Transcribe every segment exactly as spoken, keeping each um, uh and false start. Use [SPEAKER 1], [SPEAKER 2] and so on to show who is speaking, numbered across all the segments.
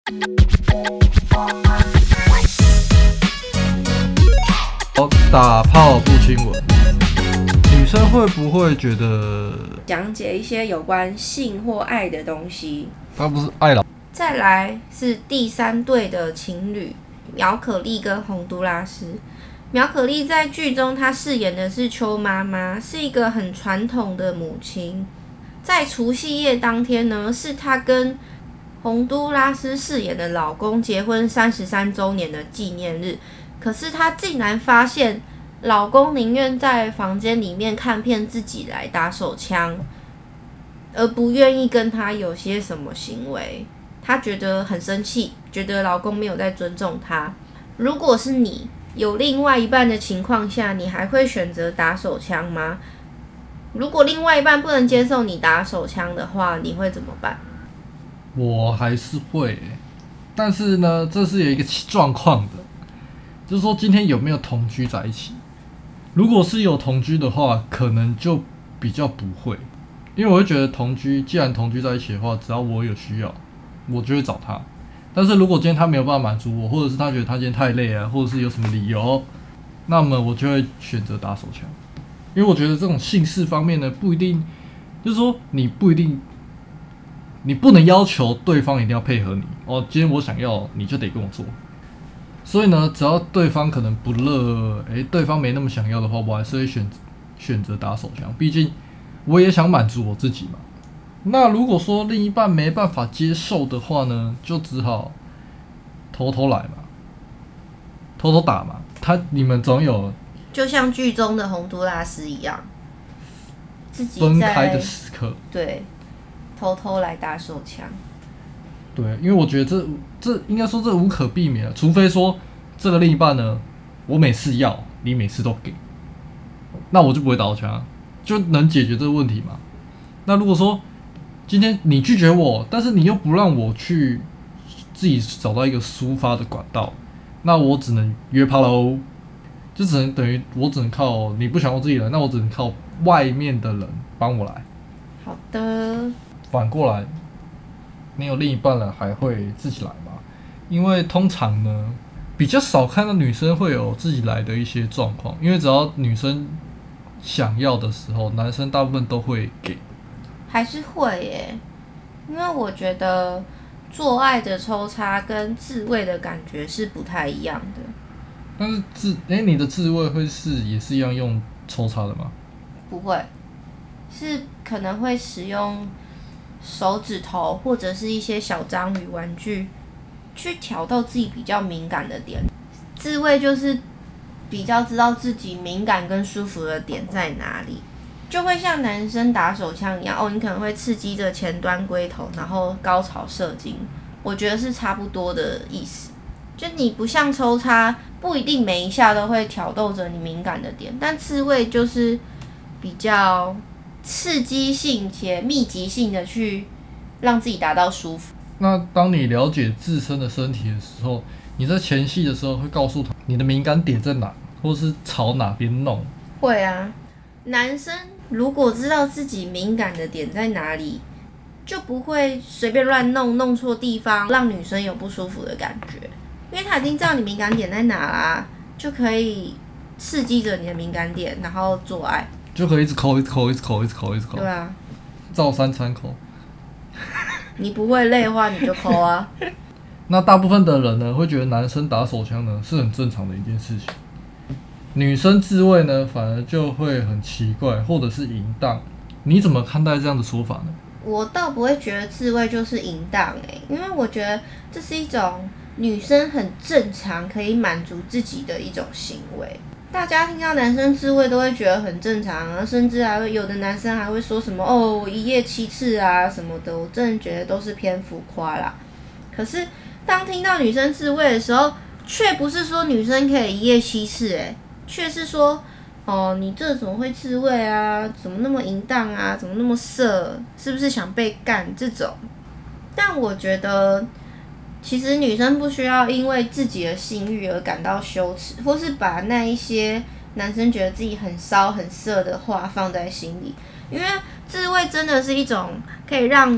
[SPEAKER 1] 打炮不亲吻，女生会不会觉得
[SPEAKER 2] 讲解一些有关性或爱的东西？
[SPEAKER 1] 她不是爱了？
[SPEAKER 2] 再来是第三对的情侣，苗可丽跟洪都拉斯。苗可丽在剧中她饰演的是邱妈妈，是一个很传统的母亲。在除夕夜当天呢，是她跟洪都拉斯饰演的老公结婚三十三周年的纪念日。可是她竟然发现，老公宁愿在房间里面看片自己来打手枪，而不愿意跟她有些什么行为。她觉得很生气，觉得老公没有在尊重她。如果是你有另外一半的情况下，你还会选择打手枪吗？如果另外一半不能接受你打手枪的话，你会怎么办？
[SPEAKER 1] 我还是会，但是呢，这是有一个状况的，就是说今天有没有同居在一起。如果是有同居的话，可能就比较不会，因为我会觉得同居，既然同居在一起的话，只要我有需要，我就会找他。但是如果今天他没有办法满足我，或者是他觉得他今天太累啊，或者是有什么理由，那么我就会选择打手枪。因为我觉得这种性事方面呢，不一定，就是说你不一定，你不能要求对方一定要配合你哦。今天我想要，你就得跟我做。所以呢，只要对方可能不乐，诶，对方没那么想要的话，我还是会选选择打手枪。毕竟我也想满足我自己嘛。那如果说另一半没办法接受的话呢，就只好偷偷来嘛，偷偷打嘛。他你们总有
[SPEAKER 2] 就像剧中的洪都拉斯一样，自己
[SPEAKER 1] 分开的时刻，
[SPEAKER 2] 对，偷偷来打手枪。
[SPEAKER 1] 对，因为我觉得这这应该说这无可避免，除非说这个另一半呢，我每次要，你每次都给，那我就不会打手枪，就能解决这个问题嘛。那如果说今天你拒绝我，但是你又不让我去自己找到一个抒发的管道，那我只能约炮喽，就只能等于我只能靠你不想我自己来，那我只能靠外面的人帮我来。
[SPEAKER 2] 好的。
[SPEAKER 1] 反过来，你有另一半了还会自己来吗？因为通常呢，比较少看到女生会有自己来的一些状况，因为只要女生想要的时候，男生大部分都会给。
[SPEAKER 2] 还是会耶，因为我觉得做爱的抽插跟自慰的感觉是不太一样的。
[SPEAKER 1] 但是自哎、欸，你的自慰会是也是一样用抽插的吗？
[SPEAKER 2] 不会，是可能会使用手指头或者是一些小章鱼玩具去挑到自己比较敏感的点。自慰就是比较知道自己敏感跟舒服的点在哪里。就会像男生打手枪一样，哦，你可能会刺激着前端龟头，然后高潮射精，我觉得是差不多的意思。就你不像抽插，不一定每一下都会挑逗着你敏感的点，但自慰就是比较刺激性且密集性的去让自己达到舒服。
[SPEAKER 1] 那当你了解自身的身体的时候，你在前戏的时候会告诉他你的敏感点在哪，或是朝哪边弄？
[SPEAKER 2] 会啊，男生如果知道自己敏感的点在哪里，就不会随便乱弄，弄错地方，让女生有不舒服的感觉。因为他已经知道你敏感点在哪啦，就可以刺激着你的敏感点，然后做爱，
[SPEAKER 1] 就可以一直抠，一直抠，一直抠，一直抠，一直抠。
[SPEAKER 2] 对啊，
[SPEAKER 1] 照三餐抠。
[SPEAKER 2] 你不会累的话，你就抠啊。
[SPEAKER 1] 那大部分的人呢，会觉得男生打手枪呢是很正常的一件事情。女生自慰呢，反而就会很奇怪，或者是淫荡。你怎么看待这样的说法呢？
[SPEAKER 2] 我倒不会觉得自慰就是淫荡欸，因为我觉得这是一种女生很正常可以满足自己的一种行为。大家听到男生自慰都会觉得很正常啊，甚至还会有的男生还会说什么哦，我一夜七次啊什么的，我真的觉得都是偏浮夸啦。可是当听到女生自慰的时候，却不是说女生可以一夜七次，哎，却是说哦，你这怎么会自慰啊？怎么那么淫荡啊？怎么那么色？是不是想被干这种？但我觉得，其实女生不需要因为自己的性欲而感到羞耻，或是把那一些男生觉得自己很骚很色的话放在心里，因为自慰真的是一种可以让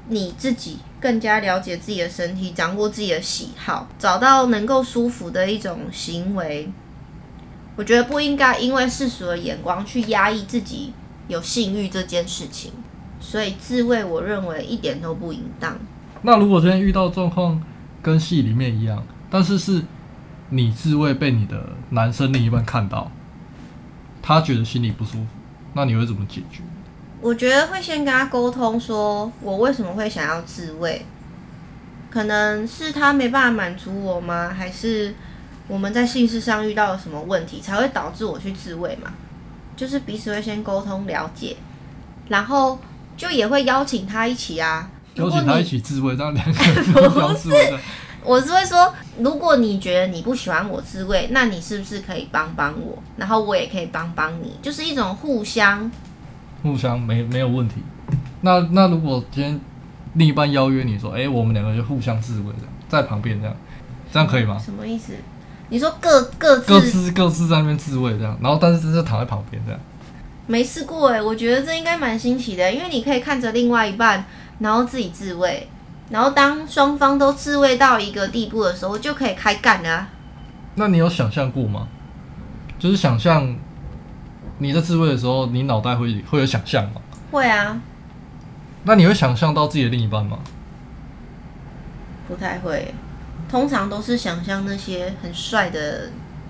[SPEAKER 2] 你自己更加了解自己的身体，掌握自己的喜好，找到能够舒服的一种行为。我觉得不应该因为世俗的眼光去压抑自己有性欲这件事情，所以自慰我认为一点都不淫荡。
[SPEAKER 1] 那如果今天遇到状况跟戏里面一样，但是是你自慰被你的男生另一半看到，他觉得心里不舒服，那你会怎么解决？
[SPEAKER 2] 我觉得会先跟他沟通，说我为什么会想要自慰，可能是他没办法满足我吗？还是我们在性事上遇到了什么问题，才会导致我去自慰嘛？就是彼此会先沟通了解，然后就也会邀请他一起啊，
[SPEAKER 1] 邀请他一起自慰，这样两个人都互相自慰的。
[SPEAKER 2] 我是会说，如果你觉得你不喜欢我自慰，那你是不是可以帮帮我？然后我也可以帮帮你，就是一种互相，
[SPEAKER 1] 互相没没有问题。那那如果今天另一半邀约你说，哎、欸，我们两个就互相自慰这样，在旁边这样，这样可以吗？
[SPEAKER 2] 什么意思？你说各各自
[SPEAKER 1] 各自各自在那边自慰这样，然后但是就是躺在旁边这样。
[SPEAKER 2] 没试过哎，我觉得这应该蛮新奇的，因为你可以看着另外一半，然后自己自慰。然后当双方都自慰到一个地步的时候，就可以开干了啊。
[SPEAKER 1] 那你有想象过吗？就是想象你在自慰的时候，你脑袋会会有想象吗？
[SPEAKER 2] 会啊。
[SPEAKER 1] 那你会想象到自己的另一半吗？
[SPEAKER 2] 不太会，通常都是想象那些很帅的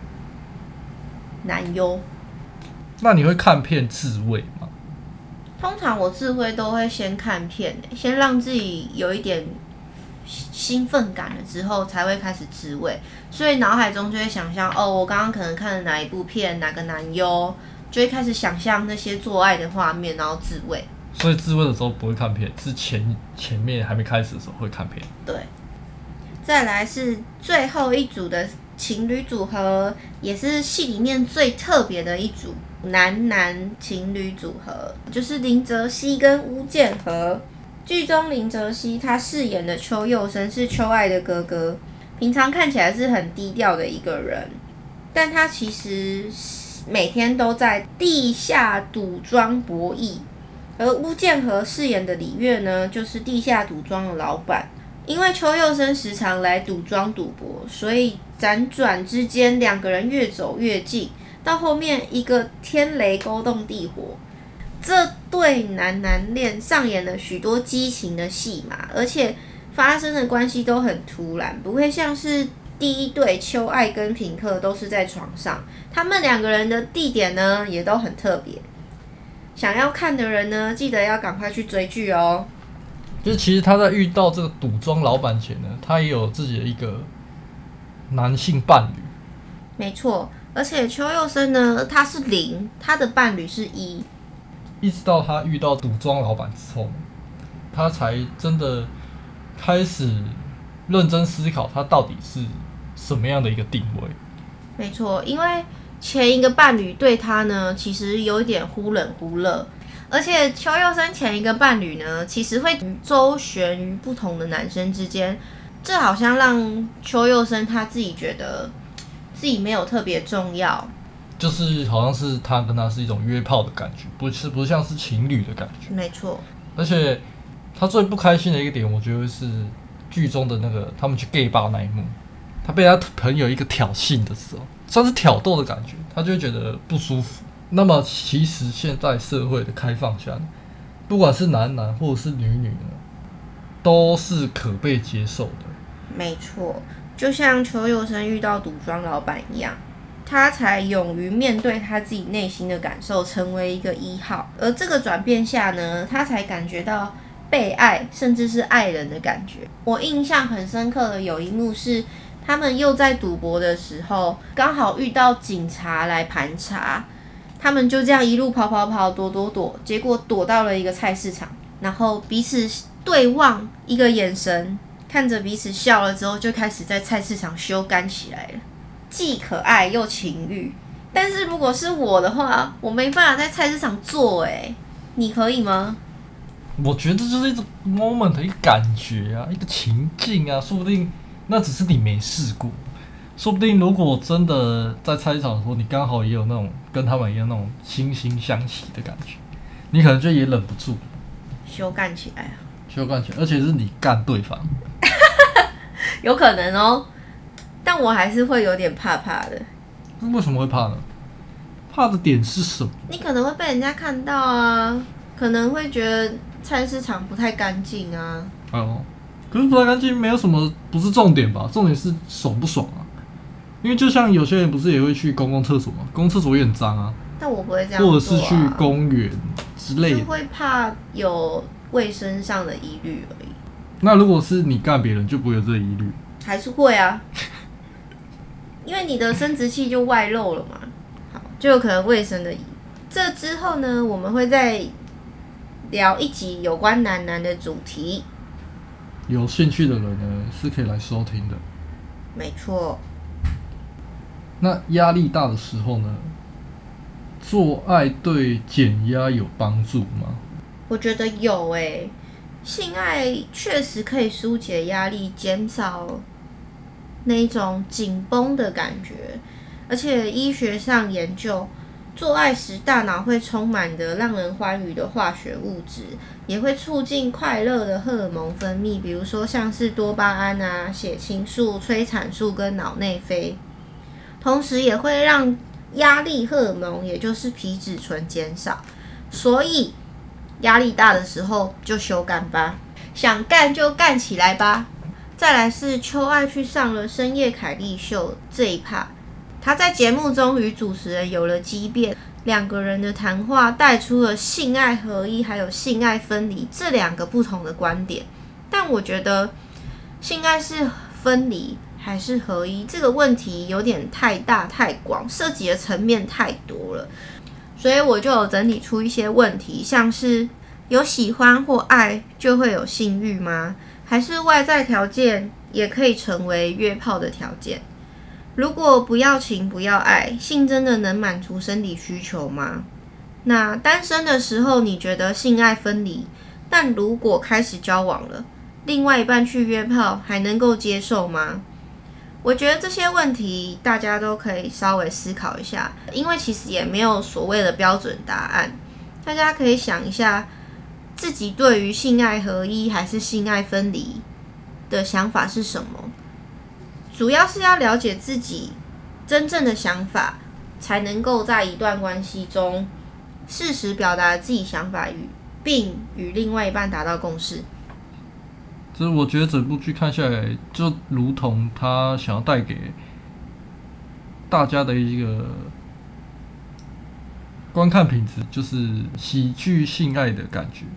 [SPEAKER 2] 男优。
[SPEAKER 1] 那你会看片自慰吗？
[SPEAKER 2] 通常我自慰都会先看片，先让自己有一点兴奋感了之后，才会开始自慰。所以脑海中就会想象，哦，我刚刚可能看了哪一部片，哪个男优，就会开始想象那些做爱的画面，然后自慰。
[SPEAKER 1] 所以自慰的时候不会看片，是前前面还没开始的时候会看片。
[SPEAKER 2] 对。再来是最后一组的情侣组合，也是戏里面最特别的一组。男男情侣组合就是林哲熹跟巫建和。剧中林哲熹他饰演的邱佑生是邱爱的哥哥，平常看起来是很低调的一个人，但他其实每天都在地下赌庄博弈。而巫建和饰演的李月呢，就是地下赌庄的老板。因为邱佑生时常来赌庄赌博，所以辗转之间两个人越走越近。到后面一个天雷勾动地火，这对男男恋上演了许多激情的戏码，而且发生的关系都很突然，不会像是第一对邱爱跟平克都是在床上，他们两个人的地点呢也都很特别。想要看的人呢，记得要赶快去追剧哦。
[SPEAKER 1] 就是其实他在遇到这个赌庄老板前呢，他也有自己的一个男性伴侣。
[SPEAKER 2] 没错。而且邱佑生呢，他是零，他的伴侣是一，
[SPEAKER 1] 一直到他遇到赌庄老板之后，他才真的开始认真思考，他到底是什么样的一个定位。
[SPEAKER 2] 没错，因为前一个伴侣对他呢，其实有一点忽冷忽热，而且邱佑生前一个伴侣呢，其实会周旋于不同的男生之间，这好像让邱佑生他自己觉得自己没有特别重要，
[SPEAKER 1] 就是好像是他跟他是一种约炮的感觉，不是不像是情侣的感觉。
[SPEAKER 2] 没错。
[SPEAKER 1] 而且他最不开心的一个点，我觉得是剧中的那个他们去 gay bar 那一幕，他被他朋友一个挑衅的时候，算是挑逗的感觉，他就会觉得不舒服。那么其实现在社会的开放下，不管是男男或者是女女呢，都是可被接受的。
[SPEAKER 2] 没错。就像邱佑生遇到赌庄老板一样，他才勇于面对他自己内心的感受，成为一个一号。而这个转变下呢，他才感觉到被爱，甚至是爱人的感觉。我印象很深刻的有一幕是，他们又在赌博的时候，刚好遇到警察来盘查，他们就这样一路跑跑跑，躲躲躲，结果躲到了一个菜市场，然后彼此对望一个眼神。看着彼此笑了之后，就开始在菜市场修干起来了，既可爱又情欲。但是如果是我的话，我没办法在菜市场做哎、欸，你可以吗？
[SPEAKER 1] 我觉得这就是一种 moment 的一个感觉啊，一个情境啊，说不定那只是你没试过，说不定如果真的在菜市场的时候，你刚好也有那种跟他们一样那种惺惺相惜的感觉，你可能就也忍不住
[SPEAKER 2] 修干起来啊。
[SPEAKER 1] 休干起来，而且是你干对方，
[SPEAKER 2] 有可能哦。但我还是会有点怕怕的。
[SPEAKER 1] 为什么会怕呢？怕的点是什么？
[SPEAKER 2] 你可能会被人家看到啊，可能会觉得菜市场不太干净啊。
[SPEAKER 1] 哦，可是不太干净没有什么，不是重点吧？重点是爽不爽啊？因为就像有些人不是也会去公共厕所嘛，公共厕所也很脏啊。
[SPEAKER 2] 但我不会这样做啊。
[SPEAKER 1] 或者是去公园之类的，
[SPEAKER 2] 就会怕有卫生上的疑虑而已。
[SPEAKER 1] 那如果是你干别人，就不会有这个疑虑？
[SPEAKER 2] 还是会啊，因为你的生殖器就外露了嘛，好，就有可能卫生的疑虑。这之后呢，我们会再聊一集有关男男的主题。
[SPEAKER 1] 有兴趣的人呢，是可以来收听的。
[SPEAKER 2] 没错。
[SPEAKER 1] 那压力大的时候呢，做爱对减压有帮助吗？
[SPEAKER 2] 我觉得有诶、欸，性爱确实可以疏解压力，减少那种紧绷的感觉。而且医学上研究，做爱时大脑会充满的让人欢愉的化学物质，也会促进快乐的荷尔蒙分泌，比如说像是多巴胺啊、血清素、催产素跟脑内啡。同时也会让压力荷尔蒙，也就是皮质醇减少，所以压力大的时候就休干吧，想干就干起来吧。再来是秋爱去上了深夜凯莉秀这一趴，他在节目中与主持人有了激辩，两个人的谈话带出了性爱合一还有性爱分离这两个不同的观点。但我觉得性爱是分离还是合一这个问题有点太大太广，涉及的层面太多了，所以我就有整理出一些问题，像是有喜欢或爱就会有性欲吗？还是外在条件也可以成为约炮的条件？如果不要情不要爱，性真的能满足生理需求吗？那单身的时候你觉得性爱分离，但如果开始交往了，另外一半去约炮还能够接受吗？我觉得这些问题大家都可以稍微思考一下，因为其实也没有所谓的标准答案，大家可以想一下自己对于性爱合一还是性爱分离的想法是什么。主要是要了解自己真正的想法，才能够在一段关系中适时表达自己想法，并与另外一半达到共识。
[SPEAKER 1] 就是我觉得整部剧看下来，就如同他想要带给大家的一个观看品质，就是喜剧性爱的感觉。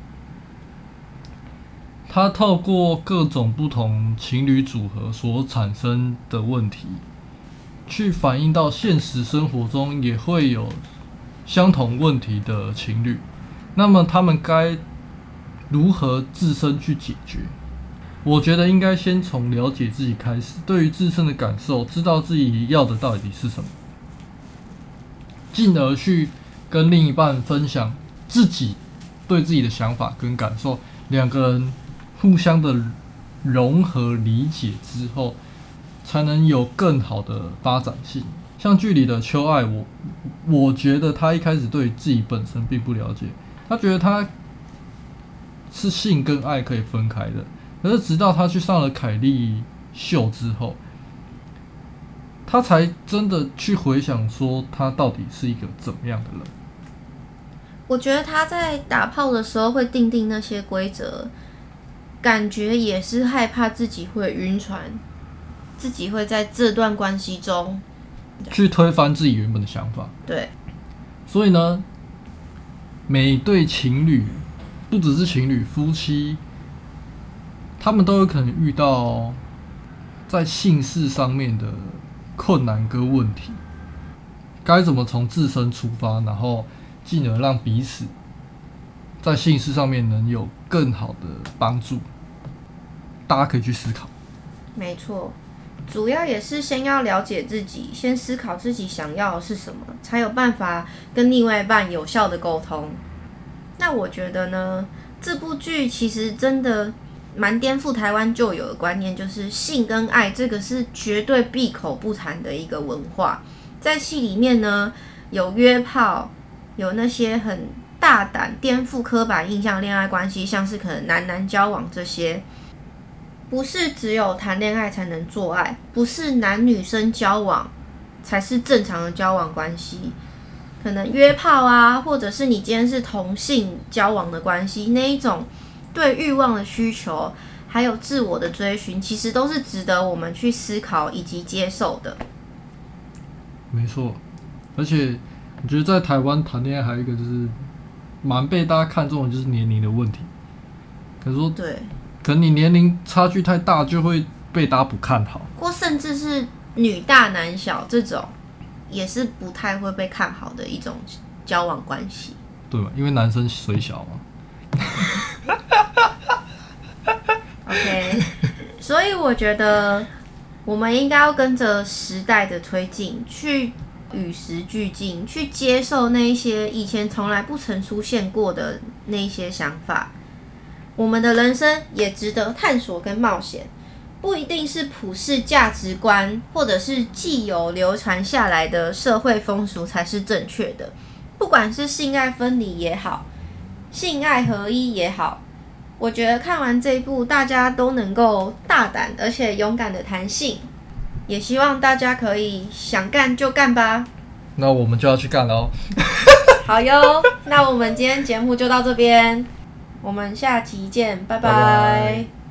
[SPEAKER 1] 他透过各种不同情侣组合所产生的问题，去反映到现实生活中也会有相同问题的情侣，那么他们该如何自身去解决？我觉得应该先从了解自己开始，对于自身的感受，知道自己要的到底是什么，进而去跟另一半分享自己对自己的想法跟感受，两个人互相的融合理解之后，才能有更好的发展性。像剧里的秋爱，我我觉得他一开始对自己本身并不了解，他觉得他是性跟爱可以分开的，可是直到他去上了凯莉秀之后，他才真的去回想说他到底是一个怎么样的人。
[SPEAKER 2] 我觉得他在打炮的时候会定定那些规则，感觉也是害怕自己会晕船，自己会在这段关系中
[SPEAKER 1] 去推翻自己原本的想法。
[SPEAKER 2] 对，
[SPEAKER 1] 所以呢，每对情侣，不只是情侣，夫妻，他们都有可能遇到在性事上面的困难跟问题，该怎么从自身出发，然后进而让彼此在性事上面能有更好的帮助，大家可以去思考。
[SPEAKER 2] 没错，主要也是先要了解自己，先思考自己想要的是什么，才有办法跟另外一半有效的沟通。那我觉得呢，这部剧其实真的蛮颠覆台湾旧有的观念，就是性跟爱这个是绝对闭口不谈的一个文化。在戏里面呢，有约炮，有那些很大胆颠覆刻板印象恋爱关系，像是可能男男交往这些，不是只有谈恋爱才能做爱，不是男女生交往才是正常的交往关系，可能约炮啊，或者是你今天是同性交往的关系，那一种对欲望的需求还有自我的追寻，其实都是值得我们去思考以及接受的。
[SPEAKER 1] 没错，而且我觉得在台湾谈恋爱还有一个就是蛮被大家看重的，就是年龄的问题。可能说，
[SPEAKER 2] 对，
[SPEAKER 1] 可能你年龄差距太大，就会被大家不看好，
[SPEAKER 2] 或甚至是女大男小这种，也是不太会被看好的一种交往关系，
[SPEAKER 1] 对吧？因为男生水小嘛。
[SPEAKER 2] OK， 所以我觉得我们应该要跟着时代的推进，去与时俱进，去接受那一些以前从来不曾出现过的那一些想法。我们的人生也值得探索跟冒险，不一定是普世价值观或者是既有流传下来的社会风俗才是正确的。不管是性爱分离也好，性爱合一也好，我觉得看完这一部，大家都能够大胆而且勇敢的谈性，也希望大家可以想干就干吧。
[SPEAKER 1] 那我们就要去干了哦。
[SPEAKER 2] 好哟，那我们今天节目就到这边，我们下期见，拜拜。
[SPEAKER 1] 拜拜。